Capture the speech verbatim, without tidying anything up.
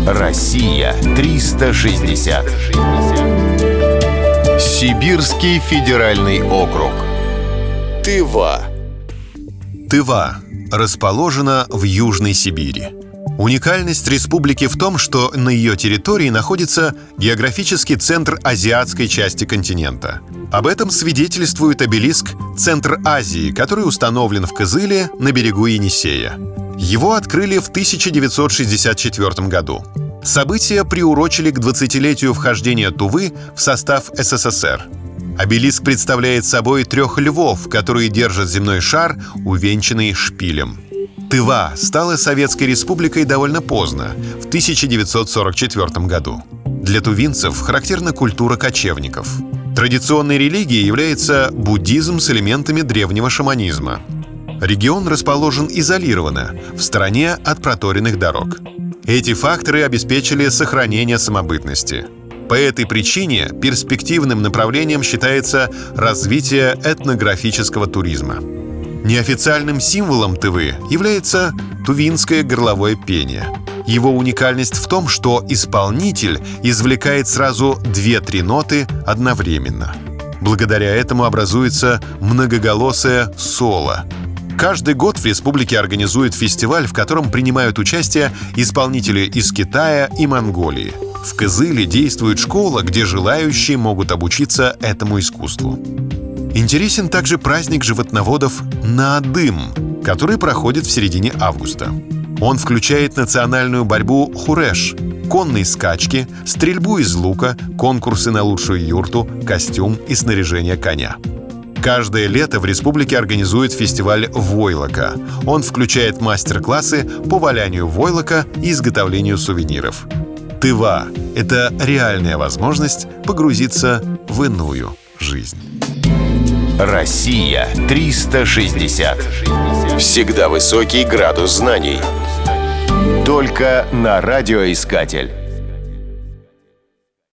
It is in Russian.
Россия триста шестьдесят. Сибирский федеральный округ. Тыва. Тыва расположена в Южной Сибири. Уникальность республики в том, что на ее территории находится географический центр азиатской части континента. Об этом свидетельствует обелиск «Центр Азии», который установлен в Кызыле на берегу Енисея. Его открыли в тысяча девятьсот шестьдесят четвёртом году. События приурочили к двадцатилетию вхождения Тувы в состав эс эс эс эр. Обелиск представляет собой трех львов, которые держат земной шар, увенчанный шпилем. Тыва стала Советской Республикой довольно поздно, в тысяча девятьсот сорок четвёртом году. Для тувинцев характерна культура кочевников. Традиционной религией является буддизм с элементами древнего шаманизма. Регион расположен изолированно, в стороне от проторенных дорог. Эти факторы обеспечили сохранение самобытности. По этой причине перспективным направлением считается развитие этнографического туризма. Неофициальным символом Тывы является тувинское горловое пение. Его уникальность в том, что исполнитель извлекает сразу две-три ноты одновременно. Благодаря этому образуется многоголосое соло. Каждый год в республике организуют фестиваль, в котором принимают участие исполнители из Китая и Монголии. В Кызыле действует школа, где желающие могут обучиться этому искусству. Интересен также праздник животноводов Наадым, который проходит в середине августа. Он включает национальную борьбу хуреш, конные скачки, стрельбу из лука, конкурсы на лучшую юрту, костюм и снаряжение коня. Каждое лето в республике организует фестиваль войлока. Он включает мастер-классы по валянию войлока и изготовлению сувениров. Тыва — это реальная возможность погрузиться в иную жизнь. Россия триста шестьдесят. Всегда высокий градус знаний. Только на радиоискатель.